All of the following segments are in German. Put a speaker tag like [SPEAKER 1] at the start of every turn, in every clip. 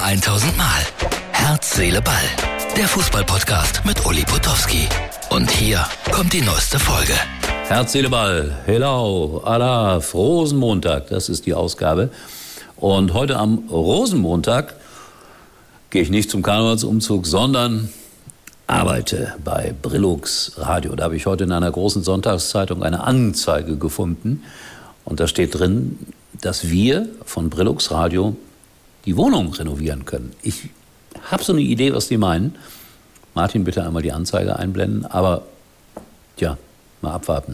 [SPEAKER 1] 1000 Mal. Herz, Seele, Ball. Der Fußball-Podcast mit Uli Potowski. Und hier kommt die neueste Folge.
[SPEAKER 2] Herz, Seele, Ball. Hello, Alaf, Rosenmontag. Das ist die Ausgabe. Und heute am Rosenmontag gehe ich nicht zum Karnevalsumzug, sondern arbeite bei Brillux Radio. Da habe ich heute in einer großen Sonntagszeitung eine Anzeige gefunden. Und da steht drin, dass wir von Brillux Radio die Wohnung renovieren können. Ich habe so eine Idee, was die meinen. Martin, bitte einmal die Anzeige einblenden. Aber, ja, mal abwarten,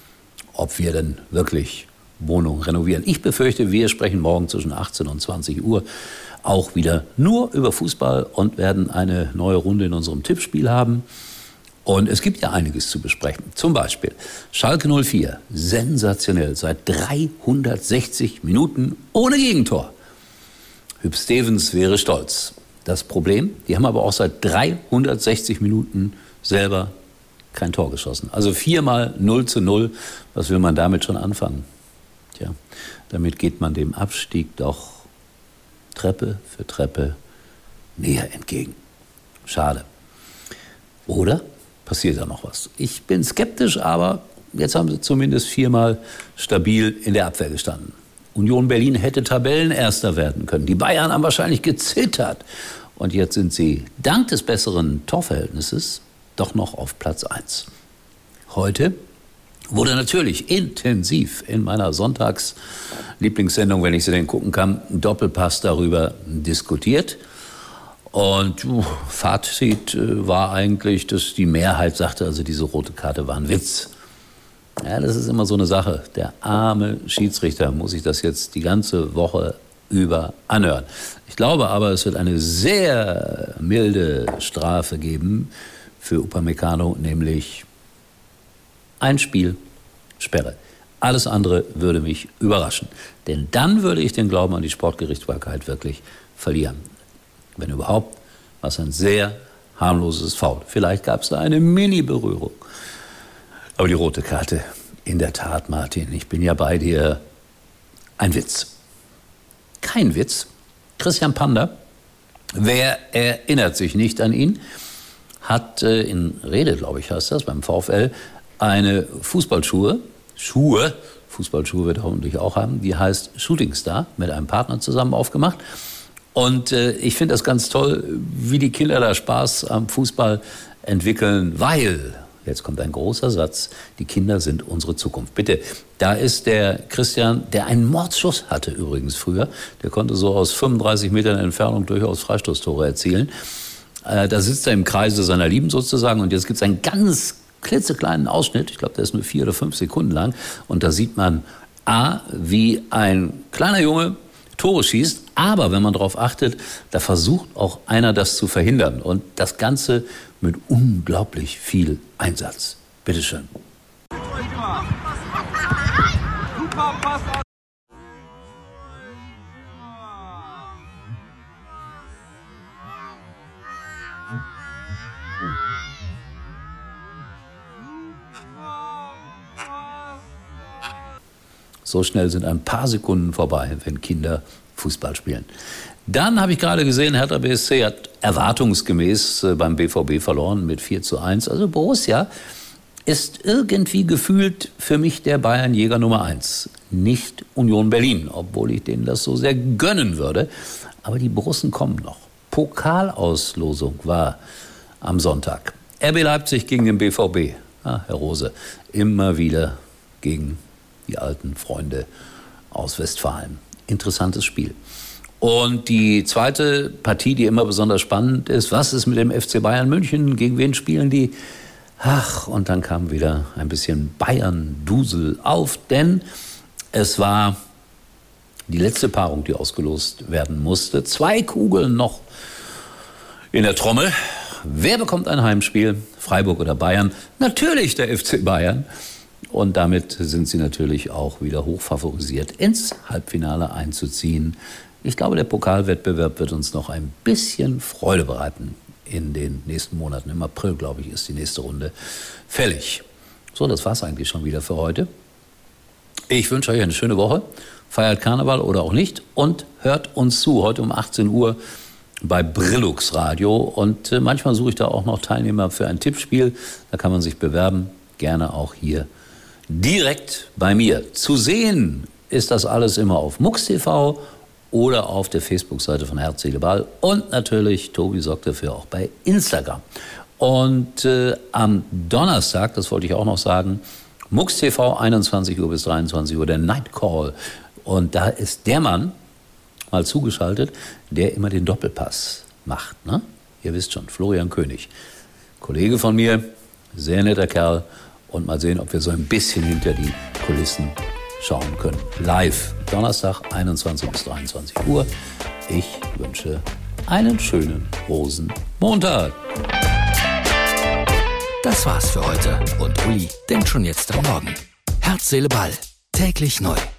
[SPEAKER 2] ob wir denn wirklich Wohnungen renovieren. Ich befürchte, wir sprechen morgen zwischen 18 und 20 Uhr auch wieder nur über Fußball und werden eine neue Runde in unserem Tippspiel haben. Und es gibt ja einiges zu besprechen. Zum Beispiel Schalke 04, sensationell, seit 360 Minuten ohne Gegentor. Hüb Stevens wäre stolz. Das Problem, die haben aber auch seit 360 Minuten selber kein Tor geschossen. Also 4-mal 0:0, was will man damit schon anfangen? Tja, damit geht man dem Abstieg doch Treppe für Treppe näher entgegen. Schade. Oder passiert da noch was? Ich bin skeptisch, aber jetzt haben sie zumindest 4-mal stabil in der Abwehr gestanden. Union Berlin hätte Tabellenerster werden können. Die Bayern haben wahrscheinlich gezittert. Und jetzt sind sie dank des besseren Torverhältnisses doch noch auf Platz 1. Heute wurde natürlich intensiv in meiner Sonntagslieblingssendung, wenn ich sie denn gucken kann, Doppelpass darüber diskutiert. Und Fazit war eigentlich, dass die Mehrheit sagte, also diese rote Karte war ein Witz. Ja, das ist immer so eine Sache. Der arme Schiedsrichter muss sich das jetzt die ganze Woche über anhören. Ich glaube aber, es wird eine sehr milde Strafe geben für Upamecano, nämlich ein Spiel Sperre. Alles andere würde mich überraschen. Denn dann würde ich den Glauben an die Sportgerichtsbarkeit wirklich verlieren. Wenn überhaupt, war es ein sehr harmloses Foul. Vielleicht gab es da eine Mini-Berührung. Aber die rote Karte, in der Tat, Martin, ich bin ja bei dir, ein Witz. Kein Witz. Christian Panda, wer erinnert sich nicht an ihn, hat in Rede, glaube ich, heißt das, beim VfL, eine Fußballschuhe wird er hoffentlich auch haben, die heißt Shooting Star, mit einem Partner zusammen aufgemacht. Und ich finde das ganz toll, wie die Kinder da Spaß am Fußball entwickeln, weil, jetzt kommt ein großer Satz, die Kinder sind unsere Zukunft. Bitte, da ist der Christian, der einen Mordsschuss hatte übrigens früher, der konnte so aus 35 Metern Entfernung durchaus Freistoßtore erzielen. Da sitzt er im Kreise seiner Lieben sozusagen und jetzt gibt es einen ganz klitzekleinen Ausschnitt, ich glaube, der ist nur 4 oder 5 Sekunden lang und da sieht man wie ein kleiner Junge Tore schießt, aber wenn man darauf achtet, da versucht auch einer das zu verhindern und das Ganze mit unglaublich viel Einsatz. Bitteschön. So schnell sind ein paar Sekunden vorbei, wenn Kinder Fußball spielen. Dann habe ich gerade gesehen, Hertha BSC hat erwartungsgemäß beim BVB verloren mit 4:1. Also Borussia ist irgendwie gefühlt für mich der Bayernjäger Nummer 1. Nicht Union Berlin, obwohl ich denen das so sehr gönnen würde. Aber die Borussen kommen noch. Pokalauslosung war am Sonntag. RB Leipzig gegen den BVB. Herr Rose, immer wieder gegen die alten Freunde aus Westfalen. Interessantes Spiel. Und die zweite Partie, die immer besonders spannend ist, was ist mit dem FC Bayern München? Gegen wen spielen die? Und dann kam wieder ein bisschen Bayern-Dusel auf, denn es war die letzte Paarung, die ausgelost werden musste. 2 Kugeln noch in der Trommel. Wer bekommt ein Heimspiel? Freiburg oder Bayern? Natürlich der FC Bayern. Und damit sind sie natürlich auch wieder hochfavorisiert, ins Halbfinale einzuziehen. Ich glaube, der Pokalwettbewerb wird uns noch ein bisschen Freude bereiten in den nächsten Monaten. Im April, glaube ich, ist die nächste Runde fällig. So, das war's eigentlich schon wieder für heute. Ich wünsche euch eine schöne Woche. Feiert Karneval oder auch nicht und hört uns zu. Heute um 18 Uhr bei Brillux Radio. Und manchmal suche ich da auch noch Teilnehmer für ein Tippspiel. Da kann man sich bewerben. Gerne auch hier direkt bei mir. Zu sehen ist das alles immer auf MUX TV oder auf der Facebook-Seite von Herz, Seele, Ball. Und natürlich, Tobi sorgt dafür, auch bei Instagram. Und am Donnerstag, das wollte ich auch noch sagen, MUX TV, 21 Uhr bis 23 Uhr, der Night Call. Und da ist der Mann mal zugeschaltet, der immer den Doppelpass macht. Ne? Ihr wisst schon, Florian König. Kollege von mir, sehr netter Kerl. Und mal sehen, ob wir so ein bisschen hinter die Kulissen schauen können. Live, Donnerstag, 21 bis 23 Uhr. Ich wünsche einen schönen Rosenmontag.
[SPEAKER 1] Das war's für heute. Und Uli denkt schon jetzt am Morgen. Herz, Seele, Ball. Täglich neu.